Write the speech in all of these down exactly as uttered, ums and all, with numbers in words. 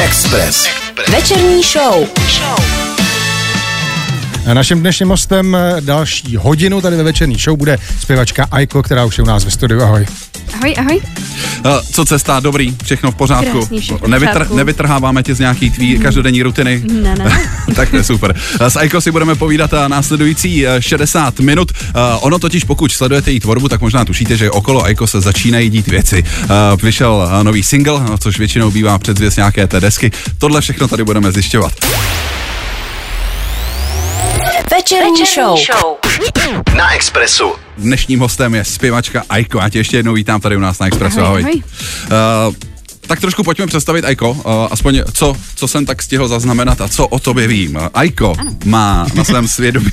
Express. Večerní show. A naším dnešním hostem další hodinu tady ve večerní show bude zpěvačka Aiko, která už je u nás ve studiu. Ahoj. Ahoj, ahoj. Co cesta, dobrý, všechno v pořádku. Krásný, všechno Nevytr- v pořádku. Nevytrháváme tě z nějaký tvý každodenní rutiny? Ne, ne. Tak to je super. S Aiko si budeme povídat následující šedesát minut. Ono totiž, pokud sledujete její tvorbu, tak možná tušíte, že okolo Aiko se začínají dít věci. Vyšel nový single, což většinou bývá předzvěst nějaké té desky. Tohle všechno tady budeme zjišťovat. Večerní show. Na Expressu. Dnešním hostem je zpěvačka Aiko. Já tě ještě jednou vítám tady u nás na Expressu. Ahoj, Ahoj. ahoj. Uh, tak trošku pojďme představit Aiko, uh, aspoň co, co jsem tak stihl zaznamenat a co o tobě vím. Aiko ano. má na svém svědomí...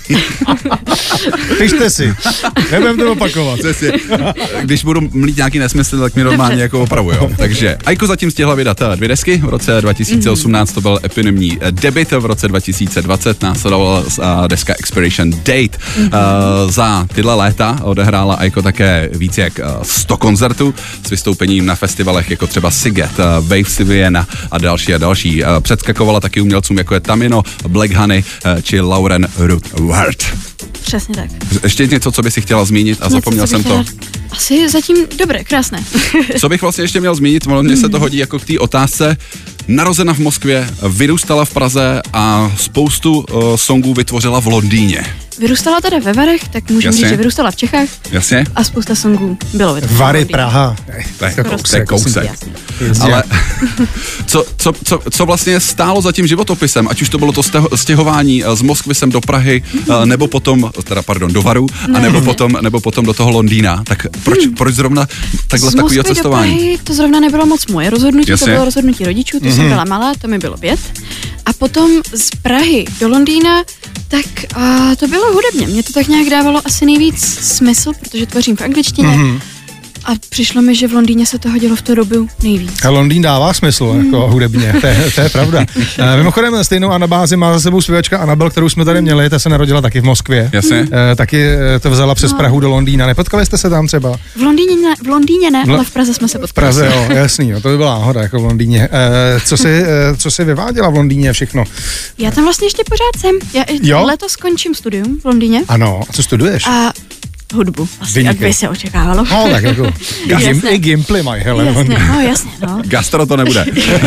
Pište si, nebudem to opakovat. Přesně. Když budu mlít nějaký nesmysl, tak mi normálně Dobře. jako opravujou. Takže Aiko zatím stihla vydat dvě desky. V roce dva tisíce osmnáct to byl eponymní debut, v roce dva tisíce dvacet následovala uh, deska Expiration Date. Uh, za tyhle léta odehrála Aiko také víc jak uh, sto koncertů s vystoupením na festivalech jako třeba Siget, uh, Waves Vienna a další a další. Uh, předskakovala taky umělcům jako je Tamino, Black Honey uh, či Lauren Ruth Ward. Přesně tak. Ještě něco, co by si chtěla zmínit a Něco, zapomněl co bych jsem to. chtěla- Asi zatím dobré, krásné. Co bych vlastně ještě měl zmínit, mně se to hodí jako k té otázce. Narozena v Moskvě, vyrůstala v Praze a spoustu uh, songů vytvořila v Londýně. Vyrůstala teda ve Varech, tak můžeme Jasně. říct, že vyrůstala v Čechách Jasně? a spousta songů bylo vytvořeno. Vary, Praha. Ne, To je, to to je kousek. Jasně. Ale co, co, co, co vlastně stálo za tím životopisem, ať už to bylo to steho- stěhování z Moskvy sem do Prahy, uh, nebo potom, teda pardon, do Varu, a nebo potom, nebo potom do toho Londýna. Tak proč, proč zrovna takhle Z takovýho Moskvy do cestování? Prahy to zrovna nebylo moc moje rozhodnutí, Jasně. to bylo rozhodnutí rodičů, to jsem byla malá, to mi bylo pět. A potom z Prahy do Londýna, tak a to bylo hudebně. Mě to tak nějak dávalo asi nejvíc smysl, protože tvořím v angličtině. Mm-hmm. A přišlo mi, že v Londýně se to hodilo v tu dobu nejvíc. A Londýn dává smysl, jako hudebně, to je, to je pravda. E, mimochodem, stejnou anabázi má za sebou zpěvačka Anabel, kterou jsme tady měli, ta se narodila taky v Moskvě. Jasně. E, taky e, to vzala přes No. Prahu do Londýna. Nepotkali jste se tam třeba? V Londýně ne, v Londýně ne No, ale v Praze jsme se V potkali. Praze, jo, jasný, jo, to by byla náhoda, jako v Londýně. E, co si, e, co si vyváděla v Londýně všechno? Já tam vlastně ještě pořád jsem. Já i Jo? letos skončím studium v Londýně. Ano, a co studuješ? A hudbu, asi, Vynikej. jak by se očekávalo. No, tak jako, gim, Jasně. i Gimply mají, hele. Jasně, no jasně, no. Gastro to nebude.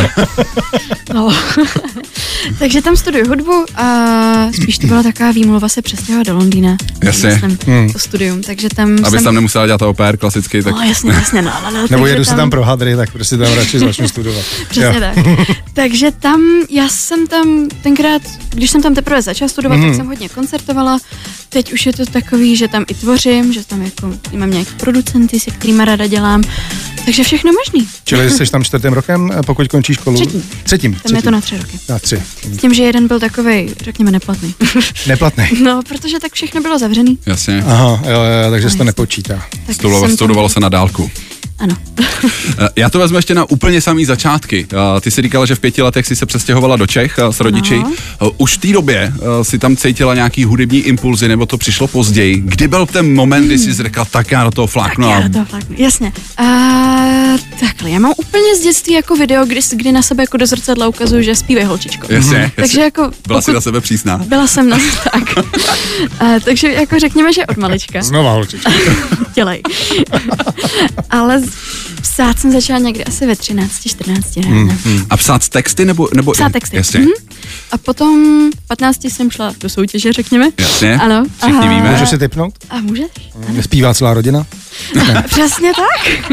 no. Takže tam studuju hudbu a spíš to byla taková výmluva se přestěhovat do Londýna. Jasně. Myslím, Hmm. to studium, takže tam Abys jsem... tam nemusela dělat O P R klasicky, tak... No jasně, jasně, no, no, no. Nebo takže jedu se tam pro hadry, tak prostě tam radši začnu studovat. Přesně tak. Takže tam, já jsem tam tenkrát, když jsem tam teprve začala studovat, Mhm. tak jsem hodně koncertovala. Teď už je to takový, že tam i tvořím, že tam jako mám nějaký producenty, se kterými rada dělám. Takže všechno možný. Čili jsi tam čtvrtým rokem, pokud končíš školu? Třetím. Třetím. Tam třetím. je to na tři roky. Na tři. S tím, že jeden byl takovej, řekněme, neplatný. Neplatný. No, protože tak všechno bylo zavřený. Jasně. Aha, jo, jo, takže se to nepočítá. Tak Studovalo, jsem tam- studovalo se na dálku. Ano. Já to vezmu ještě na úplně samý začátky. Ty si říkala, že v pěti letech si se přestěhovala do Čech s rodiči. No. Už v té době si tam cítila nějaký hudební impulzy, nebo to přišlo později. Kdy byl ten moment, kdy jsi řekla, tak já do toho fláknu? Já a- do toho fláknu, jasně. A, takhle, já mám úplně z dětství jako video, kdy, kdy na sebe jako do zrcadla ukazuju, že zpívej holčičko. Jasně, jasně. Takže jako... Byla si na sebe přísná. Byla jsem na tak. A, takže jako řekněme, že od malička. Znova, holčička. Dělej. Ale z- psát jsem začala někdy asi ve třinácti, čtrnácti. Ne, Hmm, ne. hmm. A psát texty, nebo... nebo Psát texty. Jasně, Mhm. A potom v patnácti jsem šla do soutěže, řekněme. jasně. Ano. Všichni A- víme. Můžu si tipnout? A můžeš? Zpívá celá rodina? Přesně tak.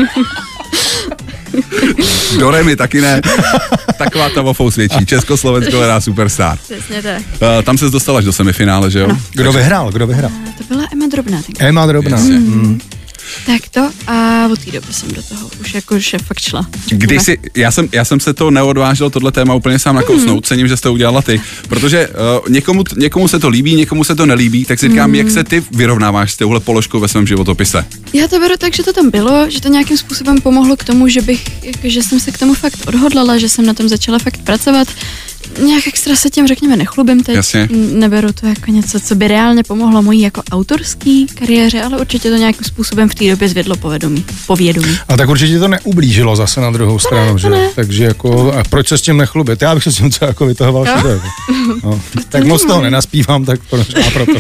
Do Remy taky ne. Taková ta wofou svědčí. Československo hledá superstar. Přesně tak. Uh, tam se dostala až do semifinále, že jo? Kdo vyhrál? Kdo vyhrál? A to byla Emma Drobná. tenkrát. Emma Drobná. Jasně. Mm. Tak to a od té doby jsem do toho už jako že fakt šla. řekněme. Když si, já jsem, já jsem se to neodvážil tohle téma úplně sám nakousnout, cením, že jste to udělala ty, protože uh, někomu, někomu se to líbí, někomu se to nelíbí, tak si říkám, Mm. jak se ty vyrovnáváš s touhle položkou ve svém životopise. Já to beru tak, že to tam bylo, že to nějakým způsobem pomohlo k tomu, že bych, jako, že jsem se k tomu fakt odhodlala, že jsem na tom začala fakt pracovat. nějak extra se tím, řekněme, nechlubím teď. Jasně. Neberu to jako něco, co by reálně pomohlo mojí jako autorský kariéře, ale určitě to nějakým způsobem v té době zvedlo povědomí. povědomí. A tak určitě to neublížilo zase na druhou to stranu, ne, že? ne. Takže jako, a proč se s tím nechlubit? Já bych se s tím co jako vytahoval Jo? všude. No. Tak moc toho nenaspívám, tak možná proto.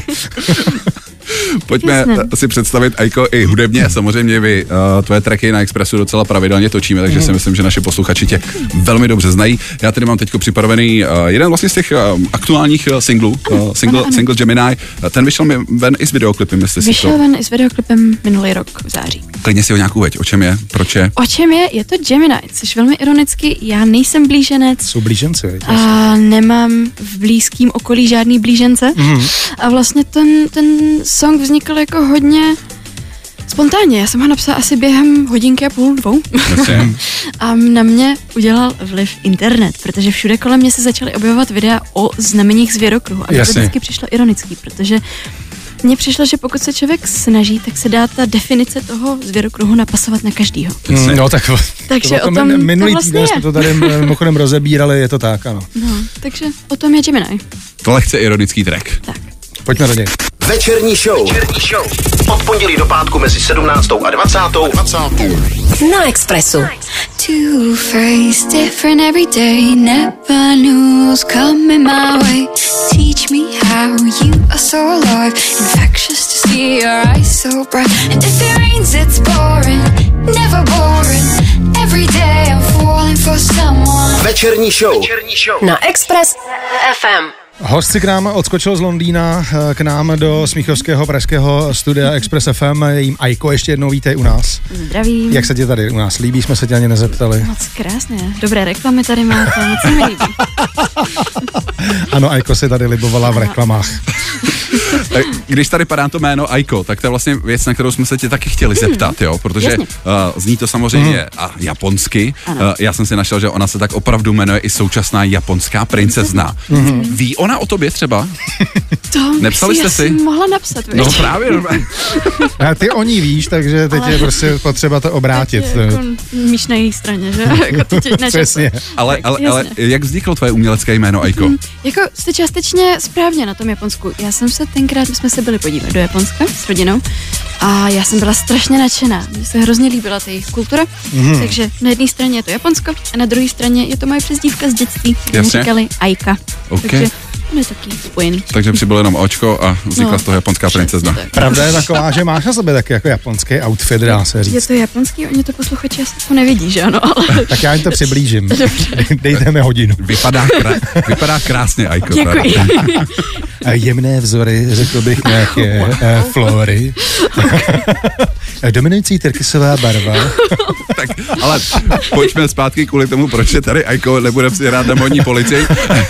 Pojďme Jasně. si představit, Aiko, i hudebně. Samozřejmě vy uh, tvoje tracky na Expressu docela pravidelně točíme, takže si myslím, že naši posluchači tě velmi dobře znají. Já tady mám teď připravený uh, jeden vlastně z těch uh, aktuálních uh, singlů, uh, single, ano, ano. single Gemini. Uh, ten vyšel mi ven i s videoklipem, jestli si Vyšel to... ven i s videoklipem minulý rok v září. Klidně si ho nějak uveď, o čem je, proč je. O čem je? Je to Gemini, což velmi ironicky, já nejsem blíženec Jsou blíženci, veď? a nemám v blízkém okolí žádný blížence. Mhm. A vlastně ten, ten song vznikl jako hodně spontánně. Já jsem ho napsala asi během hodinky a půl, dvou. Jasně. A na mě udělal vliv internet, protože všude kolem mě se začaly objevovat videa o znameních zvěrokruhu. A mně to Jasně. vždycky přišlo ironický, protože mně přišlo, že pokud se člověk snaží, tak se dá ta definice toho zvěrokruhu napasovat na každýho. Mm, no tak Takže to, o tom min- to minulý vlastně týden je. jsme to tady mimochodem rozebírali, je to tak, ano. No, takže o tom je Gemini. To lehce ironický track. Tak. Pojďme do něj. Večerní show. Večerní show. Od pondělí do pátku mezi sedmnáctou a dvacátou Na Expressu. Two-faced, different every day. Never knew what's coming my way. Teach me how you are so alive. Infectious to see your eyes so bright. And if it rains, it's pouring. Never boring. Every day I'm falling for someone. Večerní show. Večerní show. Na Express F M. Host si k nám odskočil z Londýna k nám do smíchovského pražského studia Express F M. Je jim Aiko, ještě jednou vítej u nás. Zdravím. Jak se ti tady u nás líbí, jsme se tě ani nezeptali. Moc krásné. Dobré reklamy tady máte, moc se mi líbí. Ano, Aiko se tady libovala v reklamách. Když tady padá to jméno Aiko, tak to je vlastně věc, na kterou jsme se tě taky chtěli zeptat, jo, protože uh, zní to samozřejmě uh, japonsky. Uh, já jsem si našel, že ona se tak opravdu jmenuje i současná japonská princezna. Uh-huh. Ví ona o tobě třeba? To Nepsali jste si? mohla napsat, víš? No právě. A ty o ní víš, takže teď Ale- je prostě potřeba to obrátit. Je jako míš na její straně, že? jako to tě nečas. Přesně. Ale, ale, ale Jasně. jak vzniklo tvoje umělecké jméno Aiko? Mm, jako jste částečně správně na tom Japonsku. Já jsem se tenkrát, my jsme se byli podívat do Japonska s rodinou a já jsem byla strašně nadšená. Mně se hrozně líbila ta jejich kultura, mm. takže na jedné straně je to Japonsko a na druhé straně je to moje přezdívka z dětství. Mě Jasně. říkali Aika. OK. Takže on je taky spojený. Takže přibylo jenom očko a vznikla No, z toho japonská přesně princezna. tak. Pravda je taková, že máš na sobě taky jako japonský outfit, dá se Je říct. to japonský, oni to posluchači asi to nevidí, že ano, ale Tak já jim to přiblížím. Dejte mi hodinu. Vypadá, krá- vypadá krásně, Aiko. teda. děkuji. A jemné vzory, řekl bych nějaké eh, flory. Dominující tyrkysová barva. Tak, ale pojďme zpátky kvůli tomu, proč je tady Aiko, nebudeme si hrát na modní policii.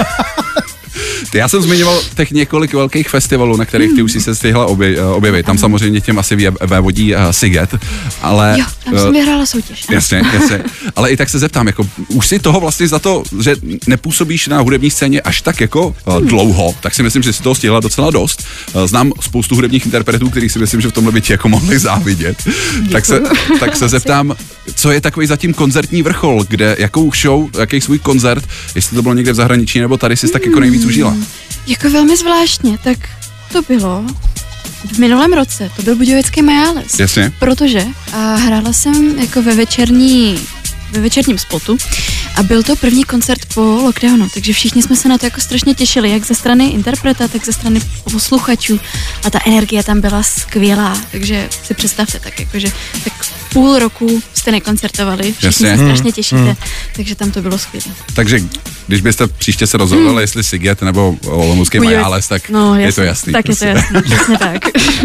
Já jsem zmiňoval těch několik velkých festivalů, na kterých ty už si se stihla obje, objevit. Tam samozřejmě těm asi vě- vévodí uh, Siget, ale... Jo, tam jsem vyhrála soutěž. ano. Jasně, jasně. Ale i tak se zeptám, jako už si toho vlastně za to, že nepůsobíš na hudební scéně až tak jako uh, dlouho, tak si myslím, že si toho stihla docela dost. Uh, znám spoustu hudebních interpretů, kterých si myslím, že v tomhle by ti jako mohli závidět. Tak se, tak se zeptám, co je takový zatím koncertní vrchol, kde, jakou show, jaký svůj koncert, jestli to bylo někde v zahraničí, nebo tady si tak jako nejvíc užila. Jako velmi zvláštně, tak to bylo v minulém roce, to byl Budějovický Majáles. Jasně. Protože a hrála jsem jako ve večerní ve večerním spotu a byl to první koncert po lockdownu, takže všichni jsme se na to jako strašně těšili, jak ze strany interpreta, tak ze strany posluchačů a ta energie tam byla skvělá, takže si představte tak jako, že tak půl roku jste nekoncertovali, všichni Jasně. se strašně těšíte, hmm. takže tam to bylo skvělé. Takže když byste příště se rozhodli, hmm. jestli Siget nebo Olomoucký Majáles, tak no, je to jasný. Tak prostě. je to jasný, přesně tak.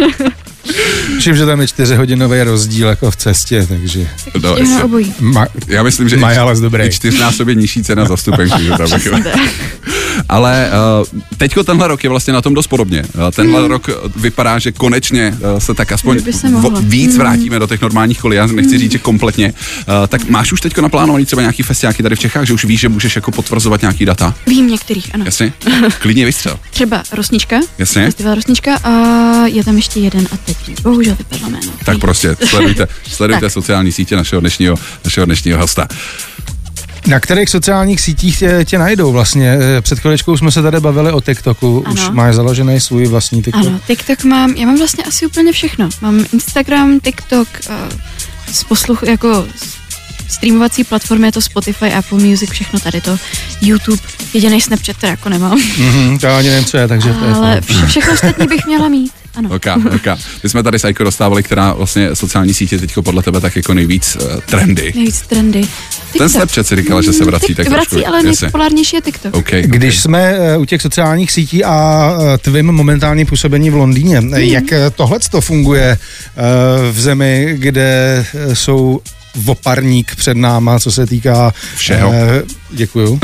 Všim, že tam je čtyřhodinový rozdíl jako v cestě, takže... No, Jdeme na obojí. Ma- já myslím, že Majáles dobrý. i čtyřnásobně nižší cena za vstupenku. že tam jako. Ale uh, teďko tenhle rok je vlastně na tom dost podobně. Uh, tenhle mm. rok vypadá, že konečně uh, se tak aspoň Kdyby se vo, mohlo. víc Mm. vrátíme do těch normálních kolí. Já nechci říct, že kompletně. Uh, tak máš už teďko naplánovaný třeba nějaký festiáky tady v Čechách, že už víš, že můžeš jako potvrzovat nějaký data? Vím některých, ano. Jasně? Klidně vystřel. Třeba Rosnička, Jasně? festival Rosnička a je tam ještě jeden a teď mi bohužel vypadlo jméno. Tak prostě sledujte, sledujte Tak. sociální sítě našeho dnešního, našeho dnešního hosta. Na kterých sociálních sítích tě, tě najdou vlastně? Před chviličkou jsme se tady bavili o TikToku. Ano. Už máš založený svůj vlastní TikTok? Ano, TikTok mám, já mám vlastně asi úplně všechno. Mám Instagram, TikTok, uh, z posluch, jako streamovací platformy, je to Spotify, Apple Music, všechno tady to, YouTube, jediný Snapchat, teda jako nemám. Mm-hmm, to ani nevím, co je, takže to je ale vše, všechno ostatní bych měla mít. Ano. Ok, ok. My jsme tady s Aiko dostávali, která vlastně sociální sítě teďko podle tebe tak jako nejvíc uh, trendy. Nejvíc trendy. TikTok. Ten Snapchat si říkala, že se vrací Tik, tak vrací, trošku. ale nejpopulárnější je TikTok. Okay, Když okay. jsme uh, u těch sociálních sítí a uh, tvým momentální působení v Londýně, mm. jak uh, tohleto funguje uh, v zemi, kde uh, jsou voparník před náma, co se týká všeho. Uh, děkuju.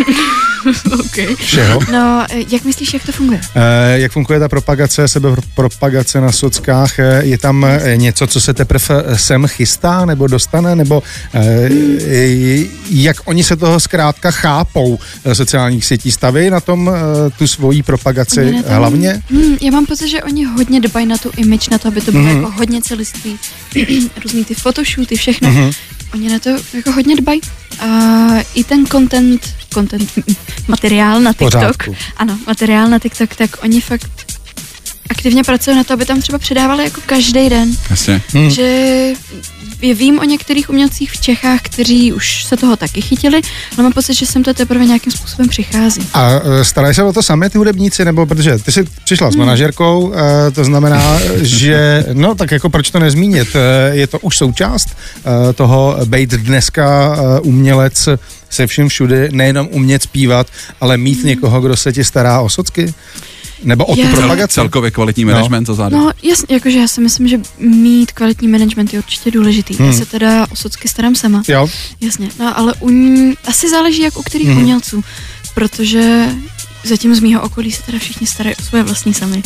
Okay. Všeho. No, jak myslíš, jak to funguje? E, jak funguje ta propagace, sebepropagace na sockách? Je tam e, něco, co se teprve sem chystá, nebo dostane, nebo e, jak oni se toho zkrátka chápou sociálních sítí? Staví na tom e, tu svoji propagaci na tom, hlavně? Hmm, já mám pocit, že oni hodně dbají na tu image, na to, aby to bylo mm. jako hodně celiství, různý ty photoshooty, všechno. Mm. Oni na to jako hodně dbají. A i ten content, content materiál na TikTok, Pořádku. ano, materiál na TikTok, tak oni fakt aktivně pracují na to, aby tam třeba předávali jako každý den. Jasně. Hmm. Že je vím o některých umělcích v Čechách, kteří už se toho taky chytili, ale mám pocit, že sem to teprve nějakým způsobem přichází. A starají se o to sami ty hudebníci, nebo protože ty jsi přišla hmm. s manažerkou, to znamená, že no tak jako proč to nezmínit, je to už součást toho bejt dneska umělec se vším všudy, nejenom umět zpívat, ale mít hmm. někoho, kdo se ti stará o socky? Nebo o tu propagaci? Celkově kvalitní management, no. to zároveň. No jasně, jakože já si myslím, že mít kvalitní management je určitě důležitý. Hmm. Já se teda o socky starám sama. Jo. Jasně, no ale u, asi záleží jak u kterých hmm. umělců, protože zatím z mýho okolí se teda všichni starají o svoje vlastní sami.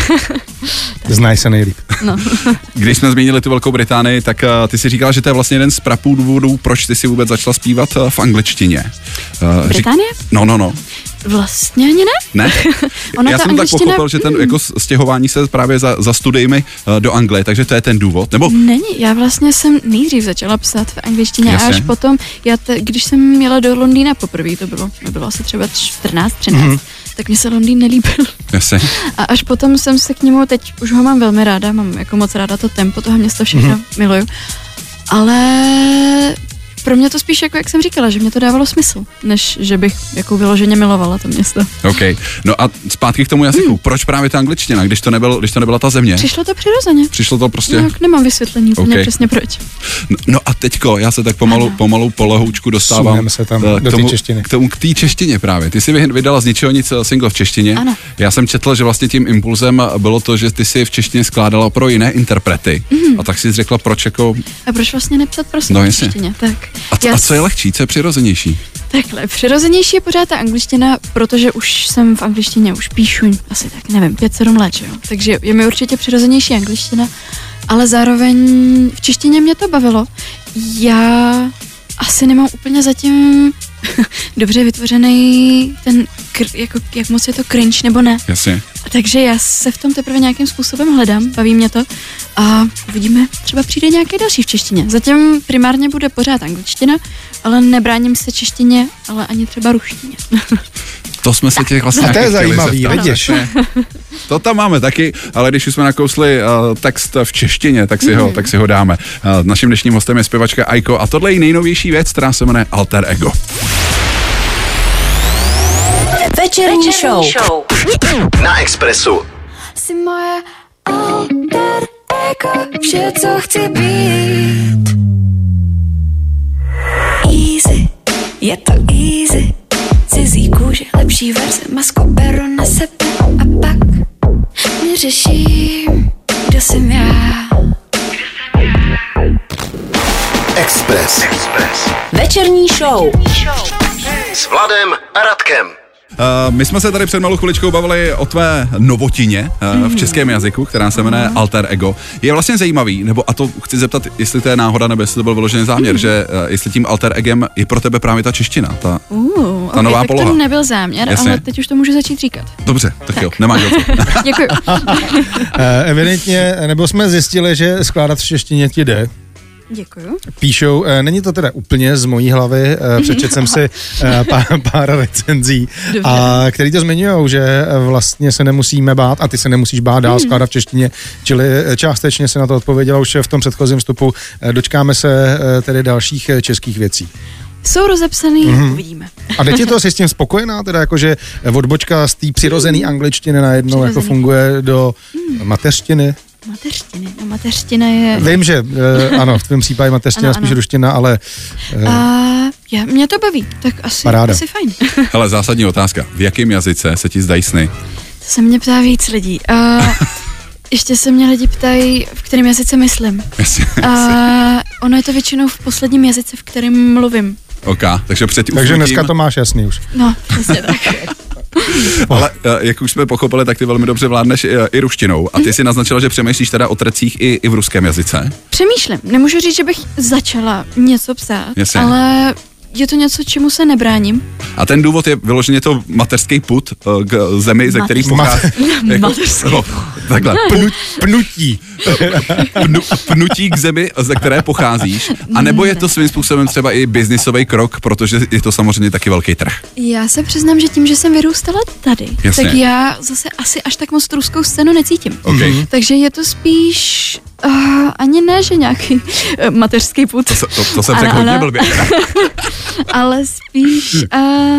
Znají se nejlíp. No. Když jsme zmínili tu Velkou Británii, tak uh, ty si říkala, že to je vlastně jeden z prapůvodů, proč ty si vůbec začala zpívat uh, v angličtině. Uh, Británie? Řík... No, no, no. Vlastně ani ne. Ne? Ona Já jsem angličtina... tak pochopil, že ten jako stěhování se právě za, za studiemi uh, do Anglie, takže to je ten důvod, nebo? Není, já vlastně jsem nejdřív začala psat v angličtině Jasně. a až potom, já te, když jsem měla do Londýna poprvé, to bylo, to bylo asi třeba čtrnáct třináct, mm. tak mě se Londýn nelíbil. Jasně. A až potom jsem se k němu, teď už ho mám velmi ráda, mám jako moc ráda to tempo toho města, všechno mm. miluju, ale... Pro mě to spíš jako, jak jsem říkala, že mě to dávalo smysl, než že bych jako vyloženě milovala to město. OK. No a zpátky k tomu jazyku. Hmm. Proč právě ta angličtina, když to, nebyl, když to nebyla ta země? Přišlo to přirozeně. Přišlo to prostě... No, nemám vysvětlení úplně okay. přesně proč. No, no a teďko, já se tak pomalu, pomalu polehoučku dostávám se tam k do tomu, češtiny. K tomu, k té češtině právě. Ty jsi vydala z ničeho nic single v češtině. Ano. Já jsem četl, že vlastně tím impulzem bylo to, že ty si v češtině skládala pro jiné interprety. Mm. A tak si řekla, proč jako... A proč vlastně nepsat prostě no, v češtině? Tak. A, to, Já... a co je lehčí, co je přirozenější? Takhle, přirozenější je pořád ta angličtina, protože už jsem v angličtině, už píšu asi tak, nevím, pět sedm let, jo. Takže je mi určitě přirozenější angličtina, ale zároveň v češtině mě to bavilo. Já asi nemám úplně zatím dobře vytvořený ten, kr- jako, jak moc je to cringe nebo ne. Jasně. Takže já se v tom teprve nějakým způsobem hledám, baví mě to a uvidíme, třeba přijde nějaký další v češtině. Zatím primárně bude pořád angličtina, ale nebráním se češtině, ale ani třeba ruštině. To jsme se těch vlastně... A to je zajímavý, vidíš. To tam máme taky, ale když už jsme nakousli uh, text v češtině, tak si ho, tak si ho dáme. Uh, naším dnešním hostem je zpěvačka Aiko a tohle je nejnovější věc, která se jmenuje Alter Ego. Večerní show. show. Na Expressu. Jsi moje alter ego, vše, co chci být. Easy, je to easy. Cizí kůže, lepší verze, masko beru na sebe a pak neřeším, kdo jsem já. Express. Express. Večerní show. S Vladem a Radkem. Uh, my jsme se tady před malou chviličkou bavili o tvé novotině uh, v českém jazyku, která se jmenuje Alter Ego. Je vlastně zajímavý, nebo a to chci zeptat, jestli to je náhoda, nebo jestli to byl vyložený záměr, že uh, jestli tím Alter Egem je pro tebe právě ta čeština, ta, uh, ta okay, nová tak poloha. To nebyl záměr, Jasně. ale teď už to můžu začít říkat. Dobře, tak, tak. jo, nemáš o co. Děkuju. uh, evidentně, nebo jsme zjistili, že skládat v češtině ti jde. Děkuju. Píšou, e, není to teda úplně z mojí hlavy, e, přečet jsem si e, pár, pár recenzí, a, který to zmiňují, že vlastně se nemusíme bát, a ty se nemusíš bát dál skládat v češtině, čili částečně se na to odpověděla už v tom předchozím vstupu. E, dočkáme se e, tedy dalších českých věcí. Jsou rozepsaný, mm-hmm. uvidíme. A teď je to asi s tím spokojená, teda jakože odbočka z té přirozené angličtiny najednou jako funguje do mm. mateřštiny? Mateřštiny, no mateřština je... Vím, že uh, ano, v tvém případě mateřština ano, spíš ano. ruština, ale... Uh, uh, já, mě to baví, tak asi, asi fajn. Hele, zásadní otázka. V jakém jazyce se ti zdají sny? To se mě ptá víc lidí. Uh, ještě se mě lidi ptají, v kterém jazyce myslím. Jasně, uh, ono je to většinou v posledním jazyce, v kterém mluvím. OK, takže před Takže usnutím... dneska to máš jasný už. No, přesně tak. Ale jak už jsme pochopili, tak ty velmi dobře vládneš i, i ruštinou. A ty si naznačila, že přemýšlíš teda o trecích i, i v ruském jazyce? Přemýšlím. Nemůžu říct, že bych začala něco psát, Jasně. ale je to něco, čemu se nebráním. A ten důvod je vyloženě to mateřský put k zemi, ze který pochází. Mateřský. No, takhle. Pnu, pnutí. Pnu, pnutí k zemi, ze které pocházíš. A nebo je to svým způsobem třeba i biznisový krok, protože je to samozřejmě taky velký trh. Já se přiznám, že tím, že jsem vyrůstala tady, Jasně. tak já zase asi až tak moc tu ruskou scénu necítím. Okay. Mm-hmm. Takže je to spíš uh, ani ne, že nějaký uh, mateřský put. To, to, to jsem řekl hodně blbě. Ale spíš uh,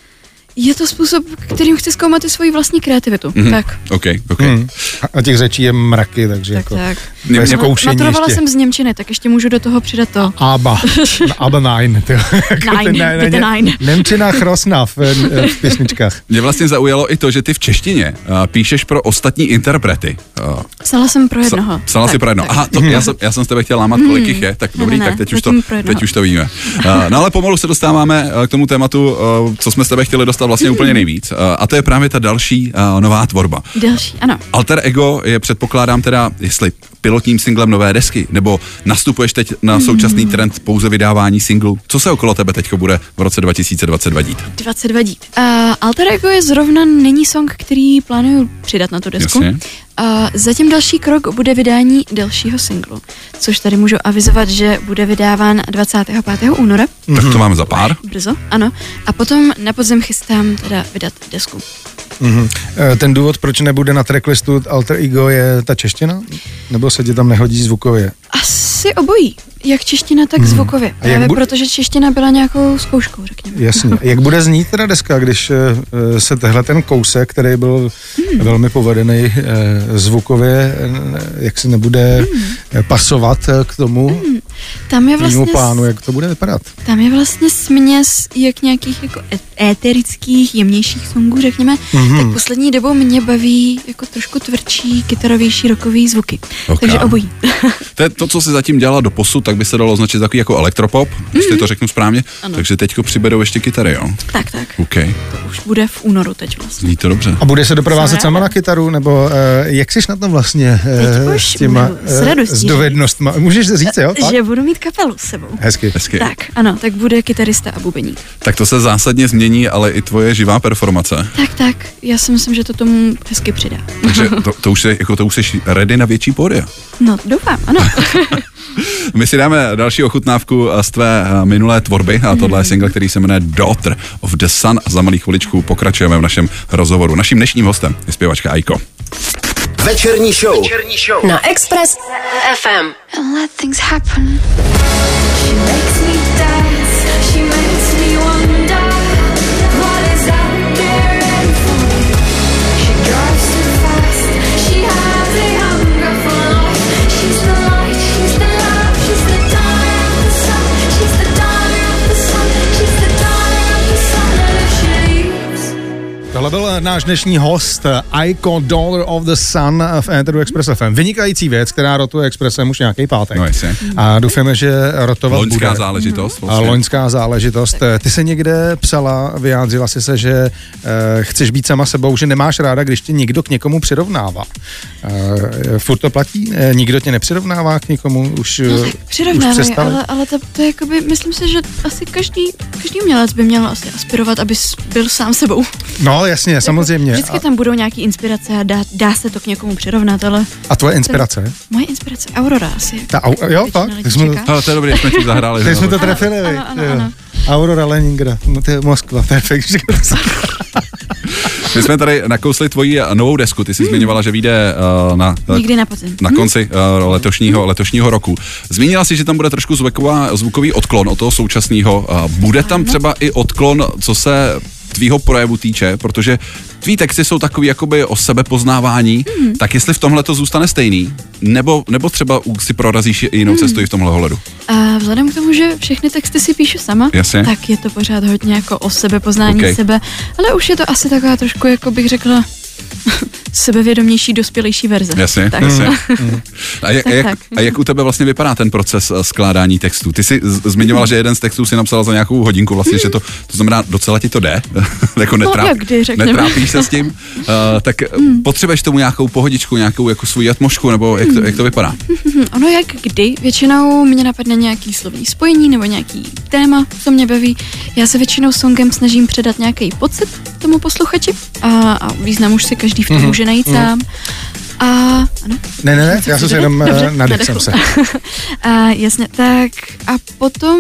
je to způsob, kterým chci zkoumat i svoji vlastní kreativitu. Mm-hmm. Tak. Okay, okay. Mm. A těch řečí je mraky, takže tak, jako tak. Mě, mě Maturovala jsem z němčiny, tak ještě můžu do toho přidat to. Aba. Aba nein. Nein, ne, bitte nein. Nemčina chrosna v, v písničkách. Mě vlastně zaujalo i to, že ty v češtině uh, píšeš pro ostatní interprety. Uh, psala jsem pro jednoho. Psa, psala tak, si pro jednoho. Aha, to, já, jsem, já jsem s tebe chtěl lámat, kolik jich je, tak dobrý, ne, tak teď už, to, teď už to víme. Uh, no ale pomalu se dostáváme uh, k tomu tématu, uh, co jsme s tebe chtěli dostat vlastně úplně nejvíc. Uh, a to je právě ta další uh, nová tvorba. Další, ano. Alter Ego je, předpokládám teda, jestli pilotním singlem nové desky, nebo nastupuješ teď na současný trend pouze vydávání singlu. Co se okolo tebe teďko bude v roce dva tisíce dvacet dva dít? dvacet dva dít. Uh, Alter Ego je zrovna není song, který plánuju přidat na tu desku. Jasně. Uh, zatím další krok bude vydání dalšího singlu, což tady můžu avizovat, že bude vydáván dvacátého pátého února. Tak to máme za pár. Brzo, ano. A potom na podzim chystám teda vydat desku. Mm-hmm. Ten důvod, proč nebude na tracklistu Alter Ego, je ta čeština? Nebo se ti tam nehodí zvukově? Asi obojí. Jak čeština, tak mm. zvukově. Právě bu- protože čeština byla nějakou zkouškou, řekněme. Jasně. Jak bude znít teda deska, když uh, se tehle ten kousek, který byl mm. velmi povedený uh, zvukově, uh, jak se nebude mm. pasovat uh, k tomu mm. tam je vlastně plánu, jak to bude vypadat? Tam je vlastně směs jak nějakých jako éterických, jemnějších songů, řekněme, mm. tak poslední dobou mě baví jako trošku tvrdší, kytarovější, rockový zvuky. Okay. Takže obojí. To je to, co se zatím dělala do posud, tak by se dalo označit takový jako elektropop, mm-hmm. jestli to řeknu správně. Ano. Takže teďko přiberou ještě kytary, jo? Tak, tak. Okay. To už bude v únoru teď vlastně. Zní to dobře. A bude se doprovázet sama na kytaru, nebo uh, jak jsi na tom vlastně uh, s těma uh, s dovednostma? Můžeš říct, jo? Pak? Že budu mít kapelu s sebou. Hezky. Hezky. Tak, ano, tak bude kytarista a bubeník. Tak to se zásadně změní, ale i tvoje živá performace. Tak, tak. Já si myslím, že to tomu hezky přidá. Takže to, to už je, jako to už jsi ready na větší pódia. No, doufám, ano. My si dáme další ochutnávku z tvé minulé tvorby a tohle je single, který se jmenuje Daughter of the Sun a za malý chviličku pokračujeme v našem rozhovoru. Naším dnešním hostem je zpěvačka Aiko. Večerní show. Večerní show na Express F M. And let things happen. She makes me dance, she makes me wonder what is out there and for me. She drives too fast, she has a hunger for life. She's the light, she's the love, she's the daughter of the sun. She's the daughter of the sun, she's the daughter of the sun. And if she leaves. Tohle byl náš dnešní host Aiko, Daughter of the Sun v Eteru Express F M. Vynikající věc, která rotuje Expressem už nějaký pátek. No jasně. A doufáme, že rotovat Loňská bude. Loňská záležitost. Vlastně. A loňská záležitost. Ty se někde psala, vyjádřila si se, že uh, chceš být sama sebou, že nemáš ráda, když tě někdo k někomu přirovnává. Uh, furt to platí? Uh, nikdo tě nepřirovnává k někomu? Už, no, tak přirovnávají, ale, ale to, to je jakoby, myslím si, že asi každý, každý umělec by měl asi aspirovat, aby byl sám sebou. No, jasně, samozřejmě. Vždycky tam budou nějaký inspirace a dá, dá se to k někomu přirovnat, ale... A tvoje inspirace? Moje inspirace, Aurora asi. Ta, au, jo, Většina tak. lidí Tak jsme, čeká. Ale to je dobrý, jsme ti zahráli. teď jsme to že? trefili, Ano, viď? ano, Jo. ano. Aurora, Leningrad, no to je Moskva, perfekt. My jsme tady nakousli tvoji novou desku, ty jsi zmiňovala, že vyjde uh, na... Někdy na podzim. Na konci uh, letošního, letošního roku. Zmínila si, že tam bude trošku zvuková, zvukový odklon od toho současného. Uh, bude tam třeba i odklon, co se tvýho projevu týče, protože tvý texty jsou takový jakoby o sebepoznávání, mm. tak jestli v tomhle to zůstane stejný, nebo, nebo třeba si prorazíš jinou mm. cestu i v tomhle ohledu? A vzhledem k tomu, že všechny texty si píšu sama, Jasně. tak je to pořád hodně jako o sebepoznání Okay. sebe, ale už je to asi taková trošku, jako bych řekla, sebevědomější, dospělejší verze. Jasně, tak. jasně. A, jak, Tak, a, jak, tak. a jak u tebe vlastně vypadá ten proces uh, skládání textů? Ty jsi z- zmiňovala, že jeden z textů si napsala za nějakou hodinku, vlastně, že to, to znamená, docela ti to jde, jako netráp, jak kdy, řekněme. netrápíš se s tím, uh, tak mm. potřebuješ tomu nějakou pohodičku, nějakou jako svou atmosféru, nebo jak to, jak to vypadá? Hm, ono jak kdy, většinou mě napadne nějaký slovní spojení nebo nějaký téma, co mě baví. Já se většinou songem snažím předat nějaký pocit tomu posluchači a, a význam už si každý v tom může najít sám. A ano. Ne, ne, ne, Co já jsem chci se jenom dodat? Dobře, eh, nadech jsem se. a, jasně, tak a potom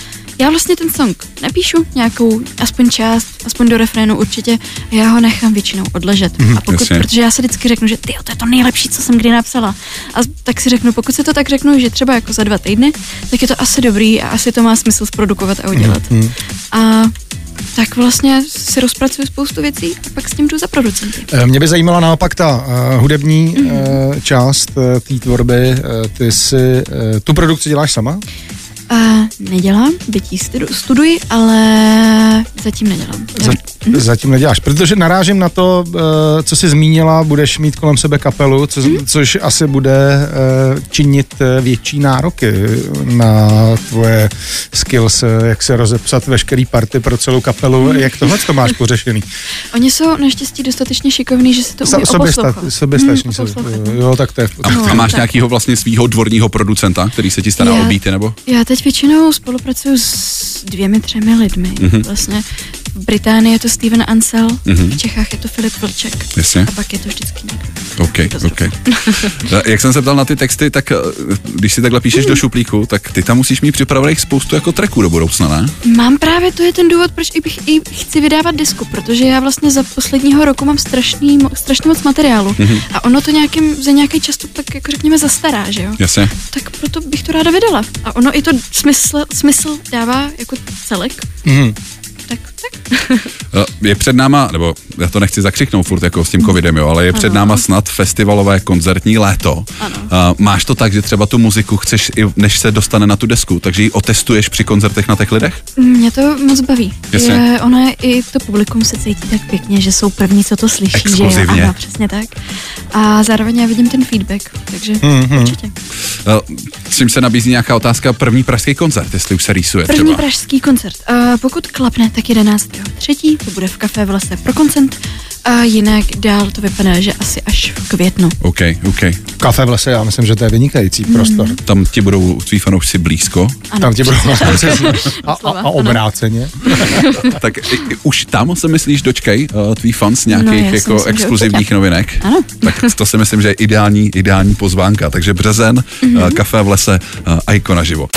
já vlastně ten song napíšu nějakou, aspoň část, aspoň do refrénu určitě, a já ho nechám většinou odležet. Mhm, a pokud, jasně. protože já si vždycky řeknu, že tyjo, to je to nejlepší, co jsem kdy napsala. A tak si řeknu, pokud se to tak řeknu, že třeba jako za dva týdny, tak je to asi dobrý a asi to má smysl zprodukovat a udělat. Mhm. A tak vlastně si rozpracuju spoustu věcí a pak s tím jdu za producenty. Eh, Mě by zajímala naopak ta uh, hudební uh, část uh, té tvorby. Uh, ty si uh, tu produkci děláš sama? A nedělám, byť ji studu- studuji, ale zatím nedělám. Za, zatím neděláš, protože narážím na to, uh, co jsi zmínila, budeš mít kolem sebe kapelu, co, Mhm. což asi bude uh, činit uh, větší nároky na tvoje skills, uh, jak se rozepsat veškerý party pro celou kapelu. Mhm. Jak tohle to máš pořešený? Oni jsou naštěstí dostatečně šikovní, že se to umí Soběsta, oposlouchat. soběstační. Hmm, sobe, oposlouchat, no. jo, tak to je v A, pořádku. a máš tak. nějakýho vlastně svýho dvorního producenta, který se ti stará Já- o beaty, nebo? Já teď většinou spolupracuju s dvěmi, třemi lidmi. Mhm. Vlastně v Británii je to Steven Ansel, Mhm. v Čechách je to Filip Vlček. Jasně. A pak je to vždycky někdo. OK, Rozhodně. OK. Jak jsem se ptal na ty texty, tak eh, když si takhle píšeš do šuplíku, tak ty tam musíš mít připravených spoustu jako tracků do budoucna, ne? Mám právě, to je ten důvod, proč i bych i chci vydávat disku, protože já vlastně za posledního roku mám strašný, mo- strašně moc materiálu Mhm. a ono to nějakým, za nějaký čas to tak jako řekněme zastará, že jo? Jasně. Tak proto bych to ráda vydala. A ono i to smysl, smysl dává jako celek. Mhm. Tak, tak. Eh, Je před náma, nebo já to nechci zakřiknout furt jako s tím covidem, jo, ale je před Ano. náma snad festivalové koncertní léto. Ano. Eh, Máš to tak, že třeba tu muziku chceš, i než se dostane na tu desku, takže ji otestuješ při koncertech na těch lidech? Mě to moc baví. Jasně. Je, ono je, i to publikum se cítí tak pěkně, že jsou první, co to slyší. Že Exkluzivně. jo? Ano, přesně tak. A zároveň já vidím ten feedback, takže Mhm. určitě. Eh, Čím se nabízí nějaká otázka, první pražský koncert, jestli už se rýsuje První třeba. pražský koncert. A pokud klapne, tak jedenáctého třetího to bude v Café v lese pro koncert. A jinak dál to vypadá, že asi až v květnu. OK, OK. Kafe v lese, já myslím, že to je vynikající prostor. Tam ti budou tví fanoušci blízko, Ano, Tam tě budou přesně. a, a, Doslova, a ano. obráceně. tak i, i, už tam se myslíš dočkej uh, tvý fans nějakých No, já si jako myslím, že exkluzivních určitě. novinek? Ano. Tak to si myslím, že je ideální, ideální pozvánka. Takže březen, mm-hmm. uh, Kafe v lese, uh, Aiko naživo.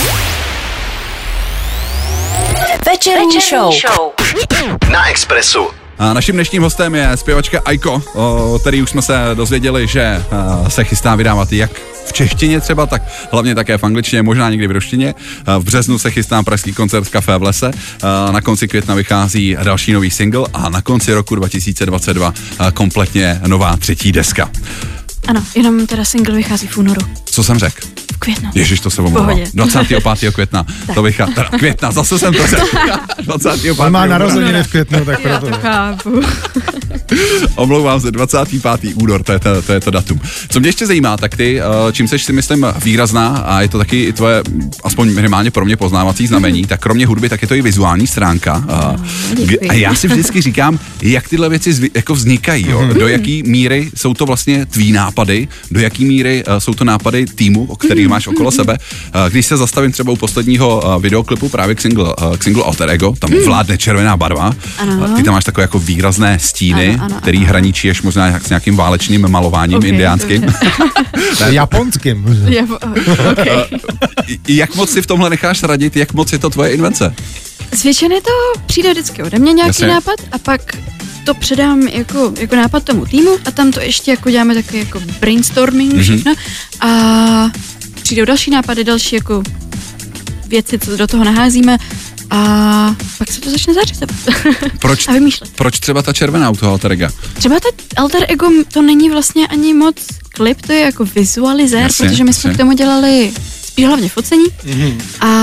Večerní show. Na Expressu. A naším dnešním hostem je zpěvačka Aiko, o který už jsme se dozvěděli, že uh, se chystá vydávat jak v češtině třeba, tak hlavně také v angličtině, možná někdy v ruštině. Uh, v březnu se chystá pražský koncert v Café v lese, uh, na konci května vychází další nový single a na konci roku dva tisíce dvacet dva uh, kompletně nová třetí deska. Ano, jenom teda single vychází v únoru. Co jsem řekl? V květnu. Ježiš, to se omlouvám. Pohodě. dvacátého pátého května. To vychází. Teda května, zase jsem to řekl. dvacátého pátého On má února. narozeniny v květnu, tak Já proto. to chápu. Omlouvám se, dvacátého pátého února, to je to, to je to datum. Co mě ještě zajímá, tak ty, čím seš si myslím výrazná a je to taky i tvoje, aspoň minimálně pro mě poznávací znamení, tak kromě hudby, tak je to i vizuální stránka. A, a já si vždycky říkám, jak tyhle věci zvi, jako vznikají, jo? Do jaký míry jsou to vlastně tvý nápady, do jaký míry uh, jsou to nápady týmu, o kterých máš okolo sebe. Uh, když se zastavím třeba u posledního uh, videoklipu právě k single, uh, k single Alter Ego, tam vládne červená barva, uh, ty tam máš takové jako výrazné stíny, ano, ano, který ano. hraničí až možná s nějakým válečným malováním okay, indiánským. Japonským. Okay. Uh, jak moc si v tomhle necháš radit, jak moc je to tvoje invence? Zvětšeně to přijde vždycky ode mě nějaký Jasně. nápad a pak to předám jako, jako nápad tomu týmu a tam to ještě jako děláme takový jako brainstorming mm-hmm. všechno a přijdou další nápady, další jako věci, co do toho naházíme a pak se to začne zařizovat proč, a vymýšlet. Proč třeba ta červená u toho Alter Ega? Třeba ta Alter Ego to není vlastně ani moc klip, to je jako vizualizér, jasně, protože my jsme jasně. k tomu dělali spíš hlavně focení mm-hmm.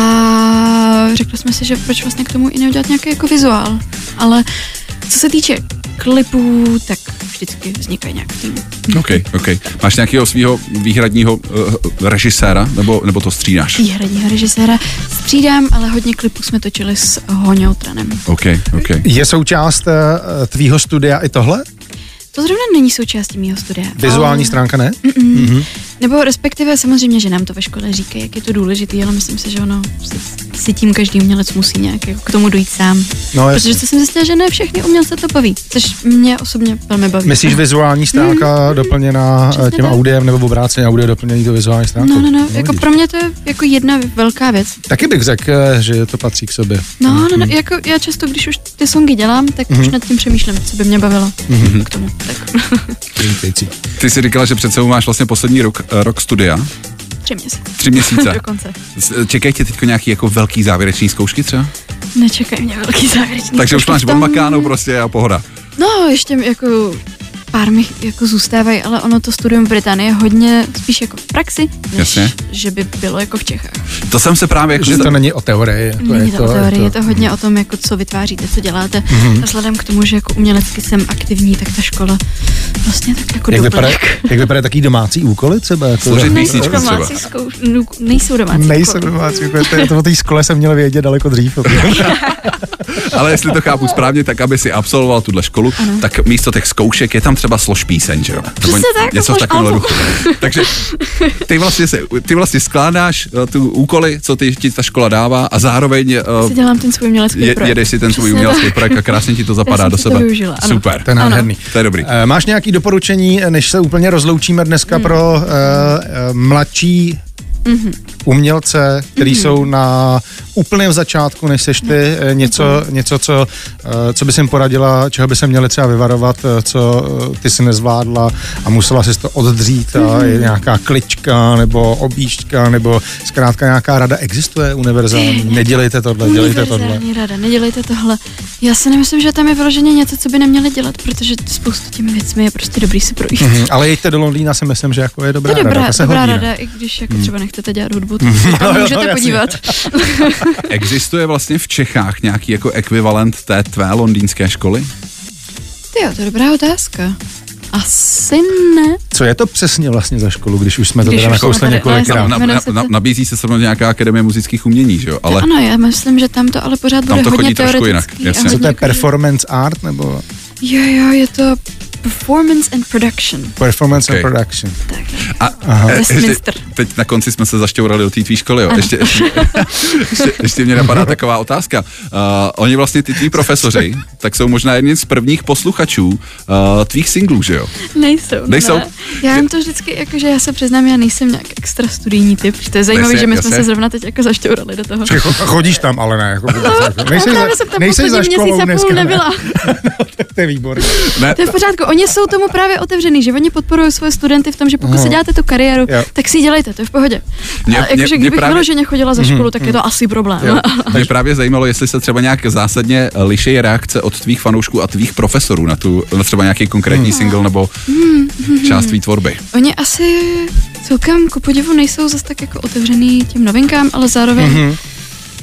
a řekli jsme si, že proč vlastně k tomu i neudělat nějaký jako vizuál, ale co se týče klipů, tak vždycky vznikají nějak v týmu. OK, OK. Máš nějakého svého výhradního uh, režiséra, nebo, nebo to střídáš? Výhradního režiséra střídám, ale hodně klipů jsme točili s Hoňou Tranem. OK, OK. Je součást uh, tvýho studia i tohle? To zrovna není součástí mýho studia. Vizuální ale... stránka ne? Mm-hmm. Nebo respektive samozřejmě, že nám to ve škole říkají, jak je to důležitý, ale myslím si, že ono si, si tím každý umělec musí nějak jako k tomu dojít sám. No, protože to jsem zjistila, že ne všechny umělce to baví, což mě osobně velmi baví. Myslíš vizuální stránka mm. doplněná Přesně tím tak. audiem nebo obráceně audio doplněný to vizuální stránkou? No, no, no, no jako pro mě to je jako jedna velká věc. Taky bych řekl, že to patří k sobě. No, no, no, jako já často, když už ty songy dělám, tak mm. už nad tím přemýšlím, co by mě bavilo mm. k tomu. Tak. Ty jsi říkala, že před sebou máš vlastně poslední rok, rok studia. Tři měsíce. Tři měsíce. Dokonce. Čekají tě teď nějaký jako velký závěrečný zkoušky třeba? Nečekají mě velký závěrečný Takže zkoušky. už máš tom... odmakánou prostě a pohoda. No, ještě jako pár mi jako zůstávají, ale ono to studium v Británii je hodně spíš jako v praxi, než Jasně. že by bylo jako v Čechách. To jsem se právě... Jako, že to není o teorii. To není to, to o teorii, je to, je to hodně o tom, jako co vytváříte, co děláte. Mm-hmm. A vzhledem k tomu, že jako umělecky jsem aktivní, tak ta škola vlastně tak jako jak vypadá, jak vypadá taký domácí úkoly třeba? Jako Složit písničku třeba. Domácí zkou... no, nejsou domácí Nejsou úkoly. domácí úkoly. To, to o té škole jsem měl vědět daleko dřív. Ale jestli to chápu správně, tak aby si absolvoval tuhle školu, ano. tak místo těch zkoušek je tam třeba slož píseň, že jo? Přesně tak, něco v takovém duchu. Takže ty vlastně, se, ty vlastně skládáš uh, tu úkoly, co ty, ti ta škola dává a zároveň uh, si dělám ten svůj umělecký je, projekt. jedeš si ten svůj umělecký projekt a krásně ti to zapadá do sebe. To využila, ano. Super. To je nádherný. To je dobrý. Uh, máš nějaký doporučení, než se úplně rozloučíme dneska hmm. pro uh, uh, mladší mm-hmm. umělce, který mm-hmm. jsou na úplném začátku, než seš ty, no. něco, mm-hmm. něco co, co bys jim poradila, čeho by se měli třeba vyvarovat, co ty si nezvládla a musela si to oddřít a mm-hmm. je nějaká klička nebo objížďka nebo zkrátka nějaká rada existuje univerzální. Nedělejte tohle, dělejte tohle. Univerzální rada, nedělejte tohle. Já si nemyslím, že tam je vyloženě něco, co by neměli dělat, protože spoustu těmi věcmi je prostě dobrý si projít. Mm-hmm. Ale jeďte do Londýna, si myslím, že jako je dobrá to je dobrá, rada. To dobrá hodí, rada, i když jako třeba nechcete dělat hudbu, tak se tam můžete no, podívat. Existuje vlastně v Čechách nějaký jako ekvivalent té tvé londýnské školy? Tyjo, to je dobrá otázka. Asi ne. Co je to přesně vlastně za školu, když už jsme to když teda nakousli několikrát? Na, na, na, nabízí se samozřejmě nějaká akademie muzických umění, že jo? Ale ano, já myslím, že tam to ale pořád bude to hodně teoretický. Jinak, jasně. Co to je performance art, nebo? Jo, jo, je to performance and production. Performance okay. and production. Tak, a ještě, teď na konci jsme se zašťourali do té tvý školy, jo. Ještě, ještě, ještě, ještě mě napadá taková otázka. Uh, oni vlastně, ty tví profesoři, tak jsou možná jedni z prvních posluchačů uh, tvých singlů, že jo? Nejsou. Nejsou? Ne. Já jim to vždycky, jakože já se přiznám, já nejsem nějak extra studijní typ, že to je zajímavé, že my jsme se zrovna teď jako zašťourali do toho. Čiže chodíš tam, ale ne. Jako no, nejsej za, jsem tam nejsej za školou dneska. Nebyla. No, to je výborné. To je v pořádku. Oni jsou tomu právě otevřený, že oni podporují svoje studenty v tom, že pokud no. si děláte tu kariéru, jo. tak si ji dělejte, to je v pohodě. Mě, a jakože kdybych právě... vyloženě chodila za školu, mm, tak je to asi problém. Mě právě zajímalo, jestli se třeba nějak zásadně liší reakce od tvých fanoušků a tvých profesorů na tu, na třeba nějaký konkrétní mm. single nebo mm, část tvý tvorby. Oni asi celkem ku podivu nejsou zase tak jako otevřený těm novinkám, ale zároveň mm-hmm.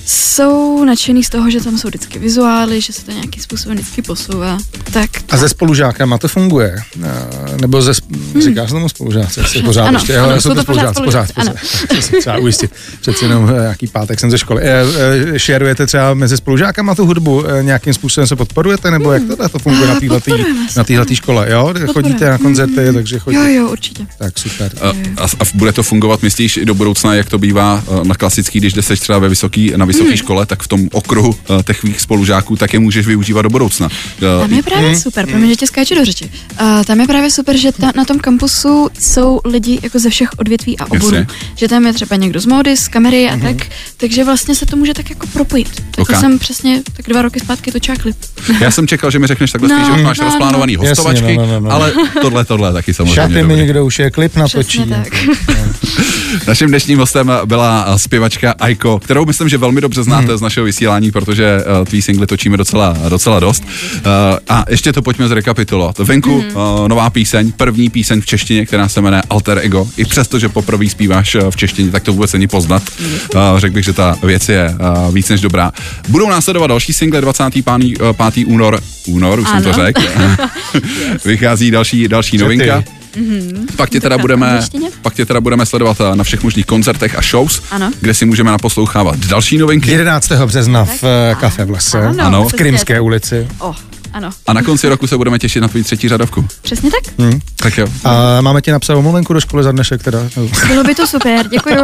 jsou nadšený z toho, že tam jsou vždycky vizuály, že se to nějakým způsobem vždycky posouvá. Tak, A se spolužákama to funguje? Uh, nebo ze, hmm. říkáš tomu spolužáci? Asi pořád Ano, ještě, ano, ale jsou jsou to to spolužáci, pořád pořád, pořád. spolužáci, To se třeba ujistit. Přeci jenom uh, nějaký pátek jsem ze školy. Uh, uh, šerujete třeba mezi spolužákama tu hudbu? Uh, nějakým způsobem se podporujete? Nebo jak to, to funguje na této na této škole? Jo? Chodíte na koncerty, mm. takže chodíte. Jo, jo, určitě. Tak super. A, a, a bude to fungovat, myslíš, i do budoucna, jak to bývá na klasický, když jdeš třeba ve vysoký, na vysoké hmm. škole, tak v tom okruhu uh, těch tvých spolužáků tak je můžeš využívat do budoucna. Uh, Tam je právě hmm. super, promiň, že tě skáču do řeči. Uh, tam je právě super, že ta, na tom kampusu jsou lidi jako ze všech odvětví a oborů. Jasně. Že tam je třeba někdo z módy, z kamery a hmm. tak, takže vlastně se to může tak jako propojit. Tak Okay. to jsem přesně tak dva roky zpátky točila klip. Já jsem čekal, že mi řekneš takhle No, spíš, že už máš no, rozplánovaný no. hostovačky, Jasně, no, no, no, no. ale tohle, tohle taky samozřejmě. Šaty mi dobrý. někdo už je klip natočí. Přesně tak. Naším dnešním hostem byla zpěvačka Aiko, kterou myslím, že velmi dobře znáte hmm. z našeho vysílání, protože uh, tvý singly točíme docela, docela dost. Uh, a ještě to pojďme zrekapitulovat. Venku hmm. uh, nová píseň, první píseň v češtině, která se jmenuje Alter Ego. I přesto, že poprvé zpíváš uh, v češtině, tak to vůbec není poznat. Uh, řekl bych, že ta věc je uh, víc než dobrá. Budou následovat další single dvacátého pátého únor, únor, už ano. jsem to řekl. Vychází další, další novinka. Mm-hmm. Pak tě teda budeme, pak tě teda budeme sledovat na všech možných koncertech a shows, ano. kde si můžeme naposlouchávat další novinky. jedenáctého března v Kafe v lese, ano, ano, v Krymské ulici. Oh, ano. A na konci roku se budeme těšit na tvůj třetí řadovku. Přesně tak. Hmm. Tak jo. A máme ti napsat omluvenku do školy za dnešek teda. Bylo by to super, děkuju.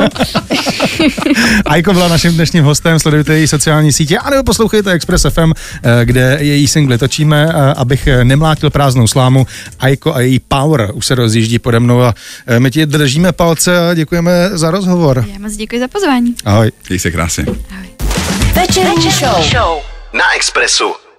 Aiko byla naším dnešním hostem, sledujte její sociální sítě, anebo poslouchejte Express F M, kde její singly točíme, abych nemlátil prázdnou slámu. Aiko a její Power už se rozjíždí pode mnou a my ti držíme palce a děkujeme za rozhovor. Já moc děkuji za pozvání. Ahoj. Děj se krásně. Ahoj. Večerní show. Na Expressu.